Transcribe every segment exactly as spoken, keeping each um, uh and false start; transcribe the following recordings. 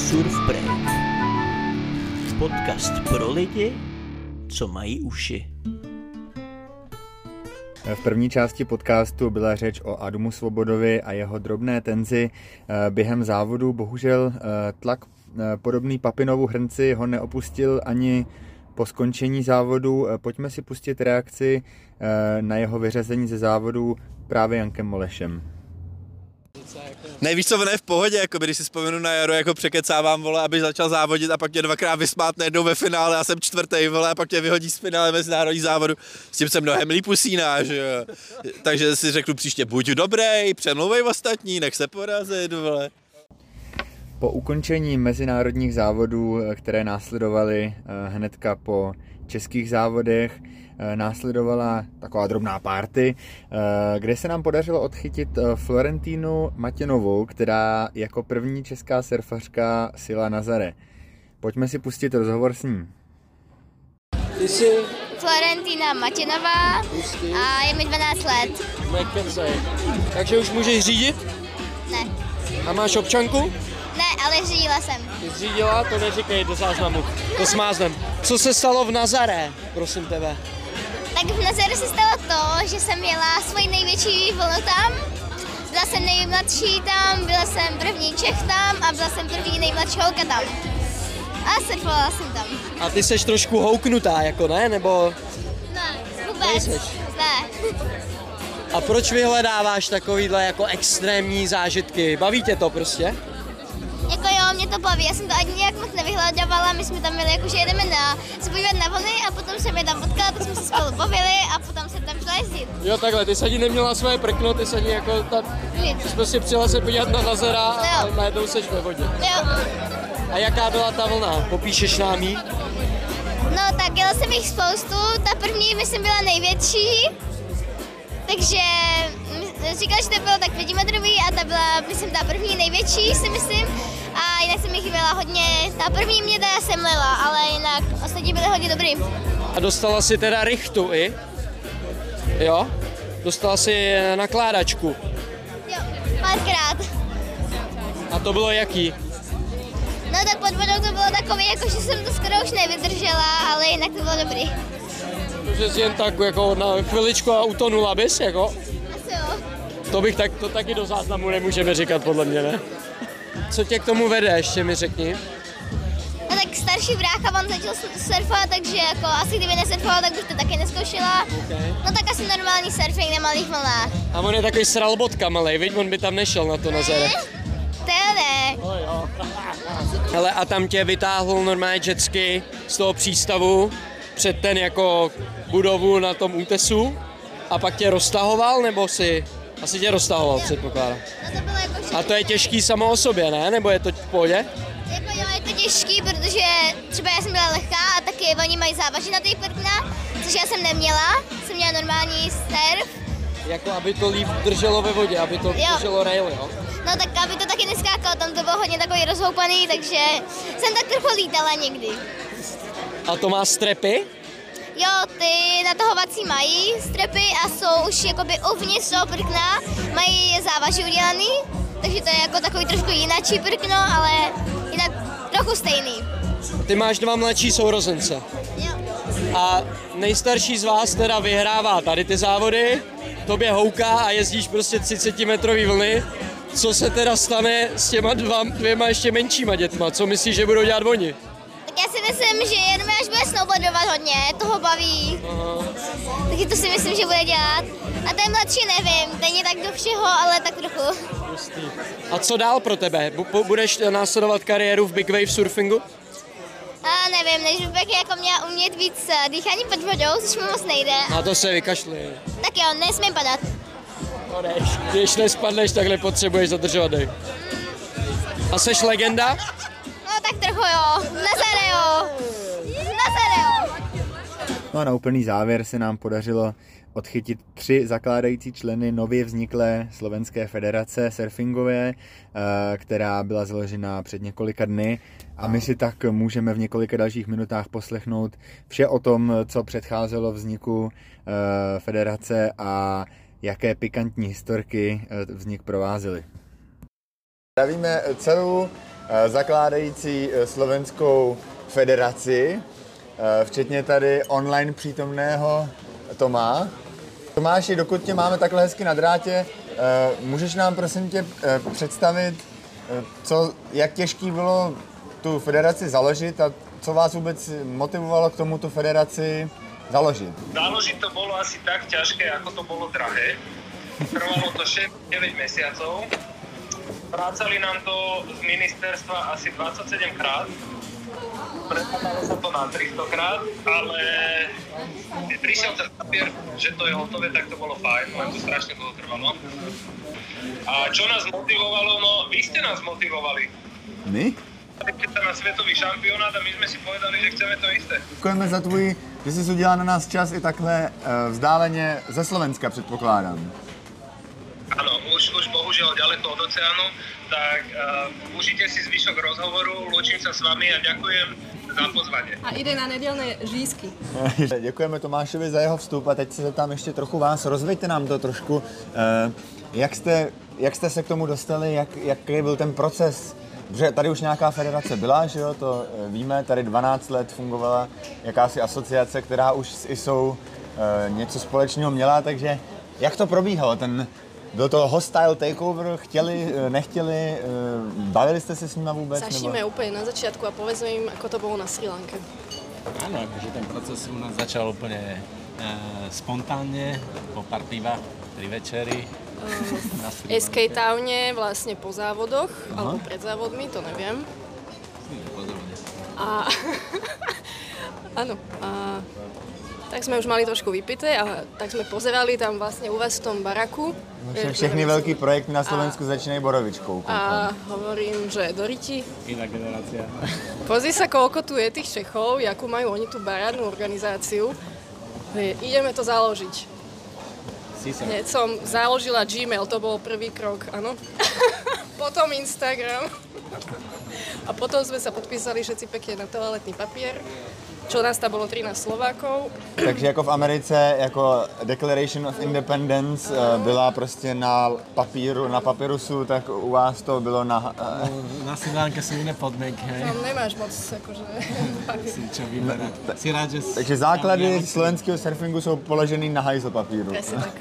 Surfbreak. Podcast pro lidi, co mají uši. V první části podcastu byla řeč o Adamu Svobodovi a jeho drobné tenzi během závodu. Bohužel tlak podobný Papinovu hrnci ho neopustil ani po skončení závodu. Pojďme si pustit reakci na jeho vyřazení ze závodu právě Jankem Molešem. Nejvíš co, ono je v pohodě, jako když si vzpomenu na jaro, jako překecávám, vole, aby začal závodit a pak tě dvakrát vysmát najednou ve finále a jsem čtvrtý, vole, a pak tě vyhodí z finále mezinárodní závodu. S tím jsem mnohem líp usíná, že jo. Takže si řeknu příště, buď dobrý, přemlouvej ostatní, nech se porazit, vole. Po ukončení mezinárodních závodů, které následovaly hnedka po českých závodech, následovala taková drobná party, kde se nám podařilo odchytit Florentínu Matěnovou, která jako první česká surfařka sjela na Zare. Pojďme si pustit rozhovor s ní. Ty jsi Florentína Matěnová a je mi dvanáct let. Nekecej. Takže už můžeš řídit? Ne. A máš občanku? Ne, ale řídila jsem. Ty zřídila, to neříkej do záznamu. To smáznem. Co se stalo v Nazare, prosím tebe? Tak v Nazare se stalo to, že jsem jela svoji největší vlnu tam. Byla jsem nejmladší tam, byla jsem první Čech tam a byla jsem první nejmladší holka tam. A surfovala jsem tam. A ty seš trošku houknutá, jako ne? Nebo... Ne, vůbec. Nejseš? Ne. A proč vyhledáváš takovýhle jako extrémní zážitky? Baví tě to prostě? Jako jo, mě to baví, já jsem to ani nějak moc nevyhledávala, my jsme tam měli jako, že jedeme na, se podívat na vlny a potom jsem je tam potkala, tak jsme se spolu bavili a potom jsem tam šla jezdit. Jo, takhle, ty jsi ani neměla svoje prkno, ty jsi ani jako tam... Nic. Ty jsi prostě přijela se podívat na Nazara a Jo. najednou seš ve vodě. Jo. A jaká byla ta vlna? Popíšeš nám jí? No tak jela jsem jich spoustu, ta první myslím byla největší, takže říkala, že to bylo tak pětimetrový a ta byla, myslím, ta první největší, si myslím. A jinak jsem jich byla hodně, ta první mě teda semlila, ale jinak ostatní byly hodně dobrý. A dostala si teda rychtu i? Jo? Dostala si nakládačku. Jo, párkrát. A to bylo jaký? No tak pod vodou to bylo takový, jako že jsem to skoro už nevydržela, ale jinak to bylo dobrý. Že jsi jen tak jako na chviličku a utonula bys, jako? Asi jo. To bych tak, to taky do záznamu nemůžeme říkat, podle mě, ne? Co tě k tomu vede, ještě mi řekni? No tak starší brácha, on začal surfovat, takže jako asi kdyby nesurfoval, tak bych to taky neskoušela. Okay. No tak asi normální surfing na malých vlnách. A on je takový sralbotka malej, viď? On by tam nešel na to na Zare. To jo ne. Oh, jo. Hele, a tam tě vytáhl normálně jetski z toho přístavu před ten jako budovu na tom útesu a pak tě roztahoval, nebo si... Asi tě roztahoval, předpokládám. No to bylo jako, že... A to je těžký samo o sobě, ne? Nebo je to v pohodě? Jako jo, je to těžký, protože třeba já jsem byla lehká a taky oni mají závaží na ty prkna, což já jsem neměla, jsem měla normální surf. Jako aby to líp drželo ve vodě, aby to Jo. drželo rail, jo? No tak aby to taky neskákalo, tam to bylo hodně takový rozhoupaný, takže jsem tak trochu lítala někdy. A to má strepy? Jo, ty natahovací mají strepy a jsou už jakoby uvnitř toho prkna, mají závaží udělaný, takže to je jako takový trošku jináčí prkno, ale jinak trochu stejný. Ty máš dva mladší sourozence. Jo. A nejstarší z vás teda vyhrává tady ty závody, tobě houká a jezdíš prostě třicetimetrový vlny. Co se teda stane s těma dva, dvěma ještě menšíma dětma? Co myslíš, že budou dělat oni? Tak já si myslím, že jenom až bude snowboardovat hodně, toho baví. Aha. Takže to si myslím, že bude dělat. A ten mladší nevím, ten je tak do všeho, ale tak trochu. Justý. A co dál pro tebe? Bu- budeš následovat kariéru v big wave surfingu? A nevím, než bych jako měla umět víc dýchání pod vodou, což mi moc nejde. Na to se vykašli. Tak jo, nesmím padat. No než, když nespadneš, takhle potřebuješ zadržovat dech. A seš legenda? No tak trochu jo, na Zare jo. Na Zare jo. No a na úplný závěr se nám podařilo odchytit tři zakládající členy nově vzniklé slovenské federace surfingové, která byla založena před několika dny. A my si tak můžeme v několika dalších minutách poslechnout vše o tom, co předcházelo vzniku federace a jaké pikantní historky vznik provázely. Zdravíme celou zakládající slovenskou federaci, včetně tady online přítomného Toma. Tomáši, dokud tě máme takhle hezky na drátě, můžeš nám prosím tě představit, co, jak těžký bylo tu federaci založit a co vás vůbec motivovalo k tomu tu federaci založit? Založiť to bolo asi tak ťažké, ako to bolo drahé. Trvalo to šesť deväť mesiacov. Vracali nám to z ministerstva asi dvadsaťsedem krát. Predkladalo sa to na tristo krát, ale keď prišiel ten papier, že to je hotové, tak to bolo fajn, len to strašne dlho trvalo. A čo nás motivovalo? No, vy ste nás motivovali. My? Keď sa na svetový šampionát a my sme si povedali, že chceme to isté. Děkujeme za tvůj, že jsi udělal na nás čas i takhle vzdáleně ze Slovenska, předpokládám. Áno, už, už bohužiaľ ďaleko od oceánu, tak uh, užite si zvyšok rozhovoru, lúčim sa s vami a ďakujem za pozvanie. A ide na nedělné řízky. Děkujeme Tomášovi za jeho vstup a teď se zeptám ještě trochu vás, rozveďte nám to trošku, jak jste, jak jste se k tomu dostali, jak, jaký byl ten proces, protože tady už nějaká federace byla, že jo, to víme, tady dvanáct let fungovala jakási asociace, která už s I S O něco společného měla, takže jak to probíhalo, ten byl to hostile takeover, chtěli, nechtěli, bavili jste se s nimi vůbec? Začneme nebo? Úplně na začátku a povedzme jim, ako to bylo na Srí Lanke. Áno, akože ten proces u nás začal úplne e, spontánne, po pár pivách, tri večery. Uh, v es ká Towne vlastne po závodoch, aha, alebo pred závodmi, to neviem. Po závode. A áno, a tak jsme už mali trošku vypité a tak jsme pozerali tam vlastně u vás v tom baraku. Vše, všechny velký projekty na Slovensku a začínají borovičkou. A hovorím, že do riti. Iná generácia. Pozri sa, koľko tu je tých Čechov, jakú majú oni tú barádnu organizáciu. Ideme to založiť. Hneď som založila Gmail, to bol prvý krok, áno. Potom Instagram. A potom sme sa podpísali všetci pekne na toaletný papier. Čo nás tam bolo trinásť Slovákov. Takže jako v Americe, jako Declaration of Independence uh, byla prostě na papíru, na papírusu, tak u vás to bylo na... Uh... Na Srí Lanke sú iné podmienky, hej? Tam nemáš moc, akože... si čo vyberať. Si rád, že... Takže základy slovenského surfingu jsou položený na hajzl papíru. Presne tak.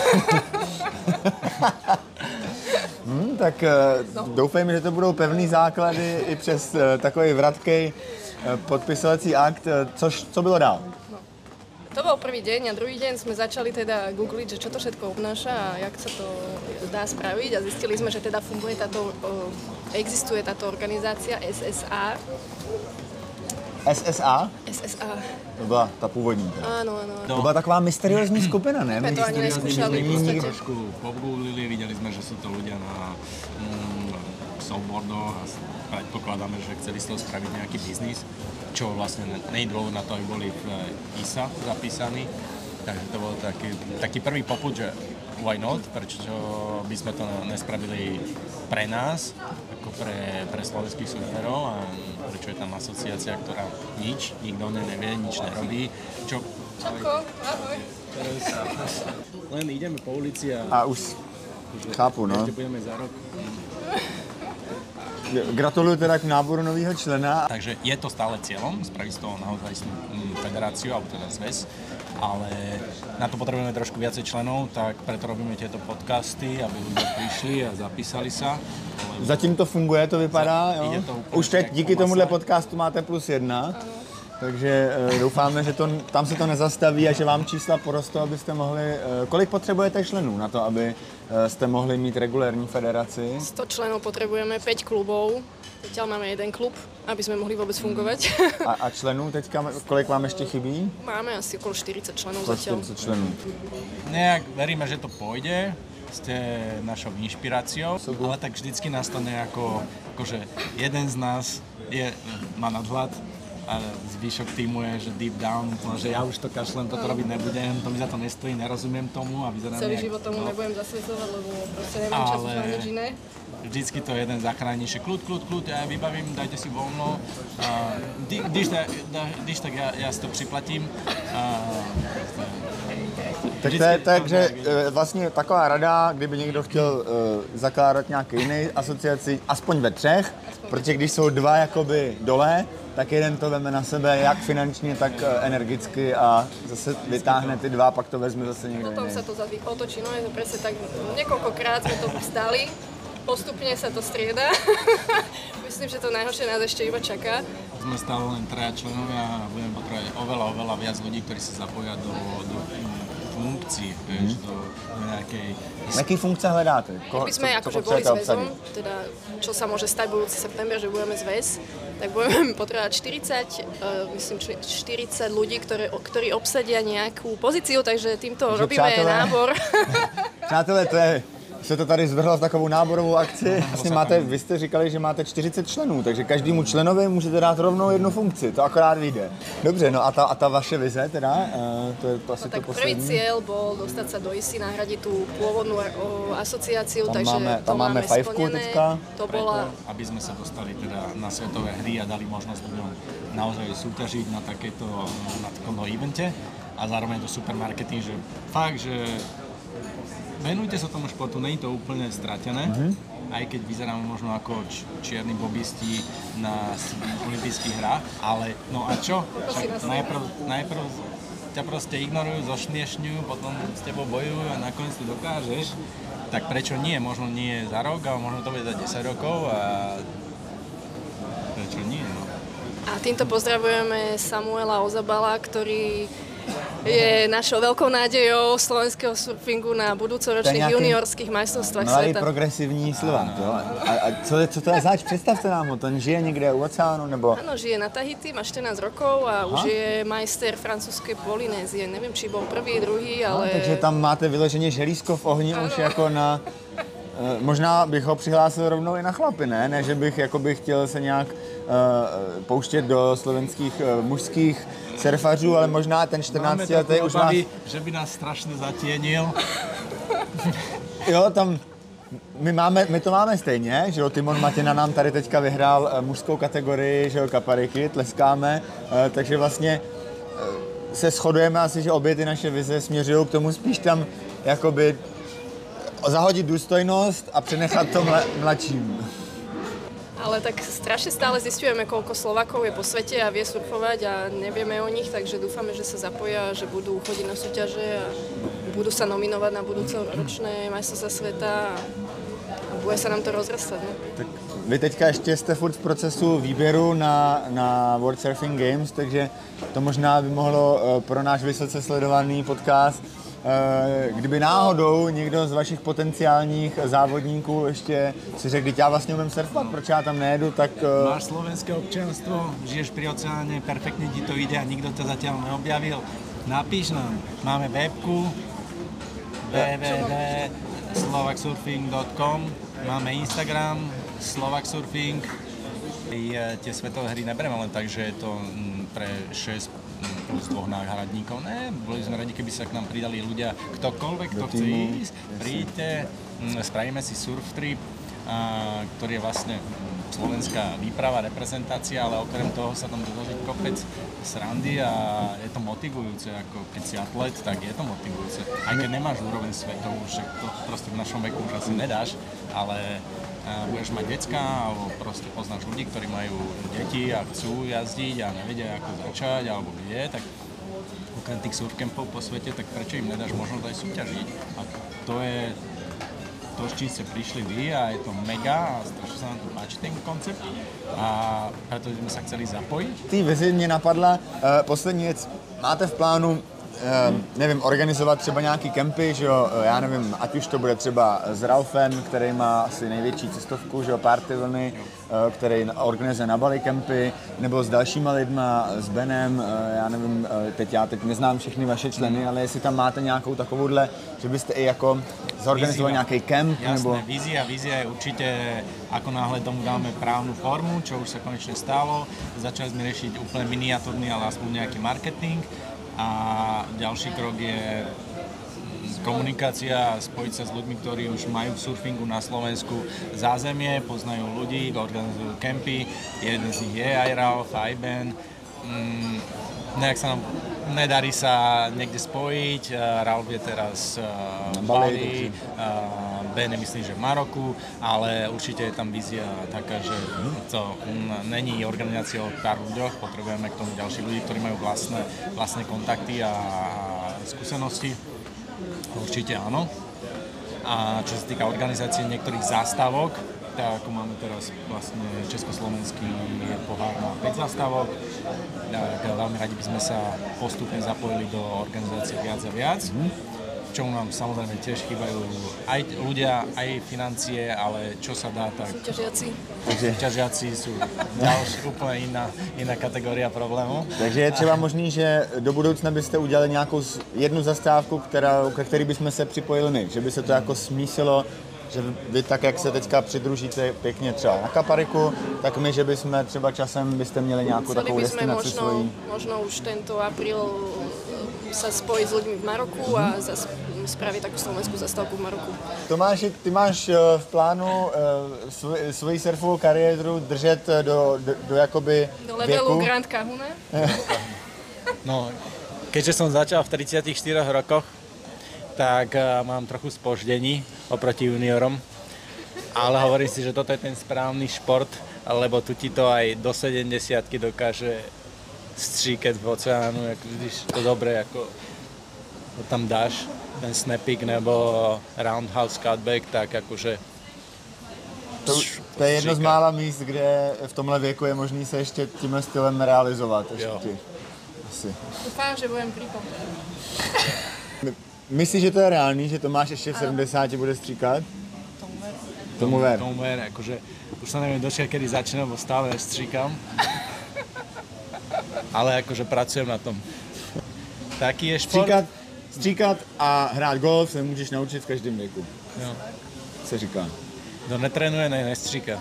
hmm, tak uh, no. Doufejme, že to budou pevný základy i přes uh, takový vratkej podpisovací akt. Což, co bylo dál? No. To bol prvý deň a druhý deň sme začali teda googliť, že čo to všetko obnáša a jak sa to dá spraviť a zistili sme, že teda funguje táto, existuje táto organizácia es es á. es es á? es es á. To byla ta původní. Áno, áno. To byla taková mysteriózní skupina, ne? My to ani neskúšali v podstate. Trošku pogooglili, videli sme, že sú to ľudia na mm, snowboardoch a predpokladáme, že chceli z toho spraviť nejaký biznis, čo vlastne nie je dôvod na to, aby boli v í es á zapísaní. Takže to bol taký, taký prvý popud, že why not, prečo by sme to nespravili pre nás, ako pre, pre slovenských surferov a prečo je tam asociácia, ktorá nič, nikto nevie, nič nerobí. Čo... Čauko, ahoj. Len ideme po ulici a... A už chápu, no. Ešte budeme za rok. Gratuluju teda k náboru nového člena. Takže je to stále cieľom, spraviť z toho naozaj federáciu, alebo teda zväz, ale na to potrebujeme trošku viacej členov, tak preto robíme tieto podcasty, aby ľudia prišli a zapísali sa. Lebo... Zatím to funguje, to vypadá, jo? To už teď díky tomuhle podcastu máte plus jedna. Takže doufáme, že to, tam se to nezastaví a že vám čísla porostou, abyste mohli... Kolik potřebujete členů na to, aby jste mohli mít regulární federaci? sto členov potrebujeme, päť klubov. Teď máme jeden klub, aby sme mohli vôbec fungovať. A, a členů teďka, kolik vám ještě chybí? Máme asi okolo štyridsať členov okolo zatiaľ. štyridsať členů. Nejak veríme, že to pôjde. Ste našou inšpiráciou, ale tak vždycky nás to nejako, akože jeden z nás je, má nadhľad a zvyšok týmu je, že deep down, že ja už to kašlem, toto robiť nebudem, to mi za to nestojí, nerozumiem tomu a vyzerám Celý nejak, život tomu no. nebudem zasvedcovať, lebo proste nemám čas už na nič iné. Vždycky to jeden zachráni, že kľud, kľud, kľud, ja vybavím, dajte si voľno. A, když, tak, když tak ja, ja si to připlatím. A, Tak to je tak, že vlastně taková rada, kdyby někdo chtěl uh, zakládat nějaký jiný asociaci, aspoň ve třech, aspoň protože když jsou dva jakoby dole, tak jeden to veme na sebe jak finančně, tak energicky a zase vytáhne ty dva, pak to vezme zase někdo jiný. Potom sa to zase otočí, no je to presne tak, niekoľkokrát sme to vzdali, postupne sa to strieda. Myslím, že to najhoršie nás ešte iba čaká. Sme stále len traja členovia a budeme potrebovať oveľa, oveľa viac ľudí, ktorí sa zapoja do, do funkcií, vieš, do, do nejakej... Jaký funkce hledáte? Ko, by sme akože boli zväzom, teda čo sa môže stať budúci september, že budeme zväz, tak budeme potrebovať štyridsať, uh, myslím, štyridsať ľudí, ktoré, ktorí obsadia nejakú pozíciu, takže týmto takže robíme přátelé, nábor. Přátelé, to je... se to tady zvrhlo v takovou náborovou akci. Vlastně máte, vy jste říkali, že máte čtyřicet členů, takže každému členovi můžete dát rovnou jednu funkci, to akorát vyjde. Dobře, no a ta, a ta vaše vize teda, uh, to je to asi no, to tak poslední. Prvý cieľ bol dostať sa do í es í, nahradiť tú pôvodnú asociáciu, tam takže máme, to máme, máme splnené. Teďka. To bola... Preto, aby sme sa dostali teda na svetové hry a dali možnosť ľuďom naozaj súťažiť na takéto, na takomto evente a zároveň to super marketing, že fakt, že venujte sa tomu športu, nie je to úplne stratené, mm-hmm. aj keď vyzeráme možno ako č- čierni bobisti na olympijských hrách, ale no a čo? Však najprv, najprv ťa proste ignorujú, zošmiešňujú, potom s tebou bojujú a nakoniec to dokážeš, tak prečo nie? Možno nie za rok, ale možno to bude za desať rokov a prečo nie? No. A týmto pozdravujeme Samuela Ozabala, ktorý je našou veľkou nádejou slovenského surfingu na budúcoročných juniorských majstrovstvách sveta. Mladý progresivní Slovan, to. A, a co, je, co to je zač? Představte nám ho, ten žije někde u oceánu, nebo... Áno, žije na Tahiti, má štrnásť rokov a Aha. už je majster francúzskej Polynézie. Neviem, či bol prvý, druhý, ale... No, takže tam máte vyloženě želízko v ohni ano. Už jako na... Možná bych ho přihlásil rovnou i na chlapy, ne? Ne, že bych jakoby chtěl se nějak uh, pouštět do slovenských uh, mužských surfařů, ale možná ten čtrnáctiletý už nás... že by nás strašně zatienil. Jo, tam... My, máme, my to máme stejně, že jo, Timon Matěna nám tady teďka vyhrál uh, mužskou kategorii, že jo, kapariky, tleskáme, uh, takže vlastně uh, se shodujeme asi, že obě ty naše vize směřují k tomu spíš tam jakoby zahodit důstojnost a přenechat to mla, mladším. Ale tak strašne stále zistujeme, koľko Slovákov je po svete a vie surfovať a nevieme o nich, takže dúfame, že sa zapoja, že budú chodiť na súťaže a budú sa nominovať na budúcoročné majstrovstvá sveta a bude sa nám to rozrastať. No? Tak vy teďka ještě jste furt v procesu výběru na, na World Surfing Games, takže to možná by mohlo pro náš vysoce sledovaný podcast, kdyby náhodou někdo z vašich potenciálních závodníků ještě si řekl, když já vlastně umím surfovat, proč já tam nejedu, tak... Máš slovenské občianstvo, žiješ pri oceáne, perfektne ti to ide a nikto ťa zatiaľ neobjavil. Napíš nám, máme webku w w w bodka slovak surfing bodka com, máme Instagram slovaksurfing. Tie svetové hry nebereme len tak, že je to pre šesť plus dvoch náhradníkov. Ne, boli sme radi, keby sa k nám pridali ľudia, ktokoľvek, kto chce ísť, príďte, spravíme si surf trip, a, ktorý je vlastne slovenská výprava, reprezentácia, ale okrem toho sa tam dodrží kopec srandy a je to motivujúce, ako keď si atlet, tak je to motivujúce. Aj keď nemáš úroveň svetovú, však to proste v našom veku už asi nedáš, ale a budeš mať decka, alebo proste poznáš ľudí, ktorí majú deti a chcú jazdiť a nevedia, ako začať, alebo kde, tak okrem tých surfcampov po svete, tak prečo im nedáš možnosť aj súťažiť? A to je to, s čím ste prišli vy a je to mega a strašne sa nám to páči ten koncept a preto sme sa chceli zapojiť. Tý vizi mě napadla, uh, poslední věc, máte v plánu nevím, organizovat třeba nějaký kempy, že jo, já nevím, ať už to bude třeba s Ralfem, který má asi největší cestovku, že jo, Party vlny, který organizuje na Bali kempy, nebo s dalšíma lidma, s Benem, já nevím, teď já teď neznám všechny vaše členy, ale jestli tam máte nějakou takovouhle, že byste i jako zorganizovali nějaký kemp, jasné, nebo... Jasné, vízia, vízia je určite, ako náhle tomu dáme právnu formu, čo už sa konečne stalo, začali sme riešiť úplne miniatúrny, ale aspoň nejaký marketing. A ďalší krok je komunikácia, spojiť sa s ľuďmi, ktorí už majú v surfingu na Slovensku zázemie, poznajú ľudí, organizujú kempy, jeden z nich je aj Ralf, aj Ben. Mm, nejak sa nám, nedarí sa niekde spojiť. Ralf je teraz v Bali, Ben je myslím, že v Maroku, ale určite je tam vízia taká, že to není organizácia o pár ľuďoch, potrebujeme k tomu ďalších ľudí, ktorí majú vlastné, vlastné kontakty a skúsenosti. Určite áno. A čo sa týka organizácie niektorých zástavok, tak ako máme teraz vlastne československý pohár na päť zastávok, tak veľmi radi by sme sa postupne zapojili do organizácie viac a viac, v čom nám samozrejme tiež chýbajú aj ľudia, aj financie, ale čo sa dá, tak Súťažiaci. Súťažiaci sú ďalší úplne iná, iná kategória problémů. Takže je třeba možný, že do budoucna byste udělali nějakou jednu zastávku, která, ke který bychom se připojili my, že by se to jako smísilo, že vy tak, jak se teďka přidružíte pěkně třeba na Kapariku, tak my, že bychom třeba časem byste měli nějakou takovou destinaci možno, svojí. možno už tento apríl sa spojiť s ľuďmi v Maroku mm-hmm. a zase spraviť takú slovenskú zastávku v Maroku. Tomáši, ty máš v plánu svoj, svoji surfovou kariéru držet do, do, do jakoby do levelu věku? Grand Kahuna? No, keďže som začal v tridsiatich štyroch rokoch, tak uh, mám trochu spoždení oproti juniorom, ale hovorím si, že toto je ten správny šport, lebo tu ti to aj do sedemdesiatky dokáže stříket v oceánu, jako když to dobre, jako to tam dáš, ten snapik nebo roundhouse cutback, tak jakože to, to je jedno z mála míst, kde v tomhle věku je možný se ještě tímhle stylem realizovat. Ještě. Asi. Dúfam, že budem prípom. Myslíš, že to je reálný, že Tomáš ještě v sedmdesáti bude stříkat? Tomu ver. Tomu ver. Tomu ver, akože už sa neviem dočkať, kedy začnem, bo stále stříkam. Ale akože pracujem na tom. Taký je šport. Stříkat, stříkat a hrát golf se můžeš naučit v každém věku. Jo. Se říká. Kdo netrénuje, ne, nestříká.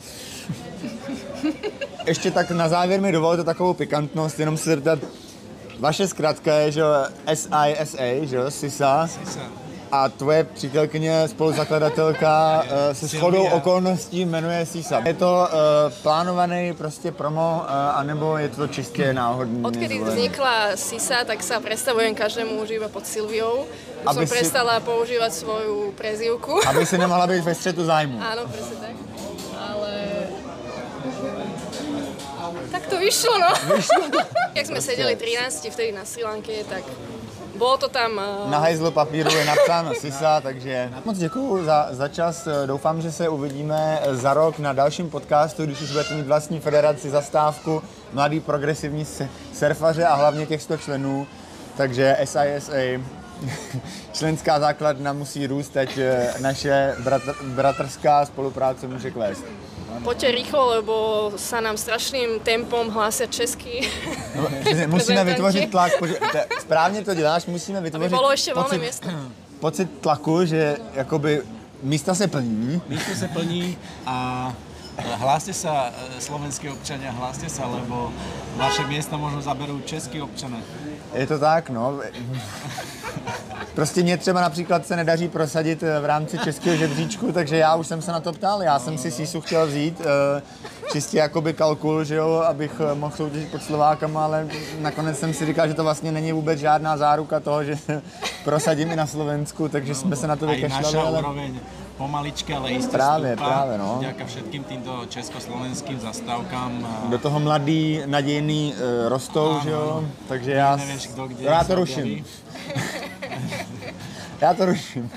Ještě tak na závěr mi dovolte takovou pikantnost, jenom se zeptat, vaše zkratka je, že S I S A, že jo, Sisa. Sisa. A tvoje přítelkyně, spoluzakladatelka se shodou okolností jmenuje Sisa. Je to uh, plánovaný prostě promo, uh, anebo je to čistě náhodný? Odkedy vznikla Sisa, tak sa predstavujem každému už iba pod Silviou. Už som si... prestala používať svoju prezývku. Aby si nemohla být ve střetu zájmu. Áno, presne tak. Ale... Tak to vyšlo, no. Vyšlo. Jak sme sedeli trinásti vtedy na Sri Lanke, tak bolo to tam... Uh... Na hajzlu papíru je napsáno Sisa, takže moc děkuju za, za čas. Doufám, že se uvidíme za rok na dalším podcastu, když už budete mít vlastní federaci, zastávku, mladý progresivní surfaře a hlavně těch sto členů. Takže S I S A, členská základna musí růst, teď naše bratr, bratrská spolupráce může klést. Poďte rýchlo, lebo sa nám strašným tempom hlásia česky. No, musíme vytvořit tlak, správně to děláš, musíme vytvořit pocit, pocit tlaku, že jakoby místa se plní. Místa se plní a hláste sa, slovenskí občania, hláste sa, lebo vaše miesta možno zaberú českí občané. Je to tak, no. Prostě mě třeba například se nedaří prosadit v rámci českého žebříčku, takže já už jsem se na to ptal. Já jsem si Sisu chtěl vzít, čistě jakoby kalkul, že jo, abych mohl soutěžit pod Slovákama, ale nakonec jsem si říkal, že to vlastně není vůbec žádná záruka toho, že prosadím i na Slovensku, takže jsme se na to vykašlali. Ale... pomaličky, ale jistě právě, stúpa. Právě, no. Vďaka všetkým týmto československým zastávkám. A... Do toho mladý, nadějný uh, rostou, áno, že jo, áno. takže já, Nevieš, kdo, kde já to ruším. Já to ruším.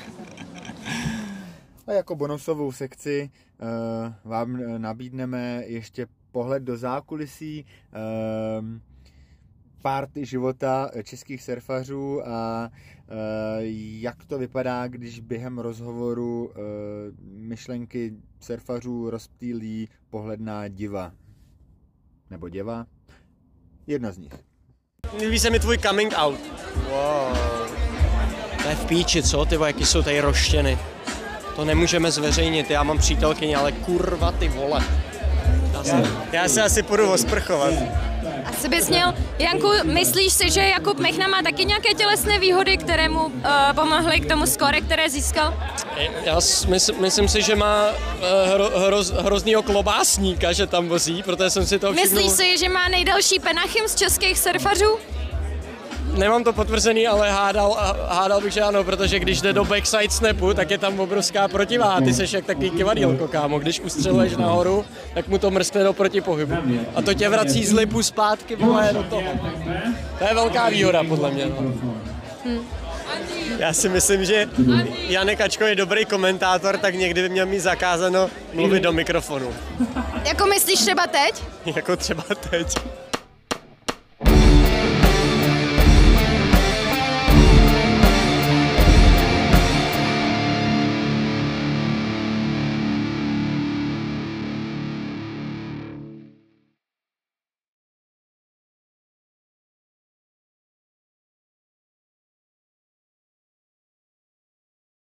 A jako bonusovou sekci uh, vám nabídneme ještě pohled do zákulisí uh, párty života českých surfařů a uh, jak to vypadá, když během rozhovoru uh, myšlenky surfařů rozptýlí pohledná diva. Nebo děva. Jedna z nich. Líbí se mi tvůj coming out. Wow. To je v píči, co? Ty vole, jaký jsou tady roštěny. To nemůžeme zveřejnit, já mám přítelkyni, ale kurva ty vole. Já se, já se asi půjdu osprchovat. Asi bys měl, Janku, myslíš si, že Jakub Michna má taky nějaké tělesné výhody, které mu uh, pomohly k tomu skóre, které získal? Já mysl, myslím si, že má uh, hro, hroz, hroznýho klobásníka, že tam vozí, protože jsem si to všimnul. Myslíš si, že má nejdelší penachym z českých surfařů? nemám to potvrzený, ale hádal, hádal bych, že ano, protože když jde do backside snapu, tak je tam obrovská protiváha. Ty seš jak takový kivadýlko, kámo. Když ustřeluješ nahoru, tak mu to mrskne do protipohybu. A to tě vrací z lipu zpátky, vole, do toho. To je velká výhoda, podle mě. No. Hm. Já si myslím, že Janek, ačko je dobrý komentátor, tak někdy by měl mít zakázáno mluvit do mikrofonu. Jako myslíš třeba teď? Jako třeba teď.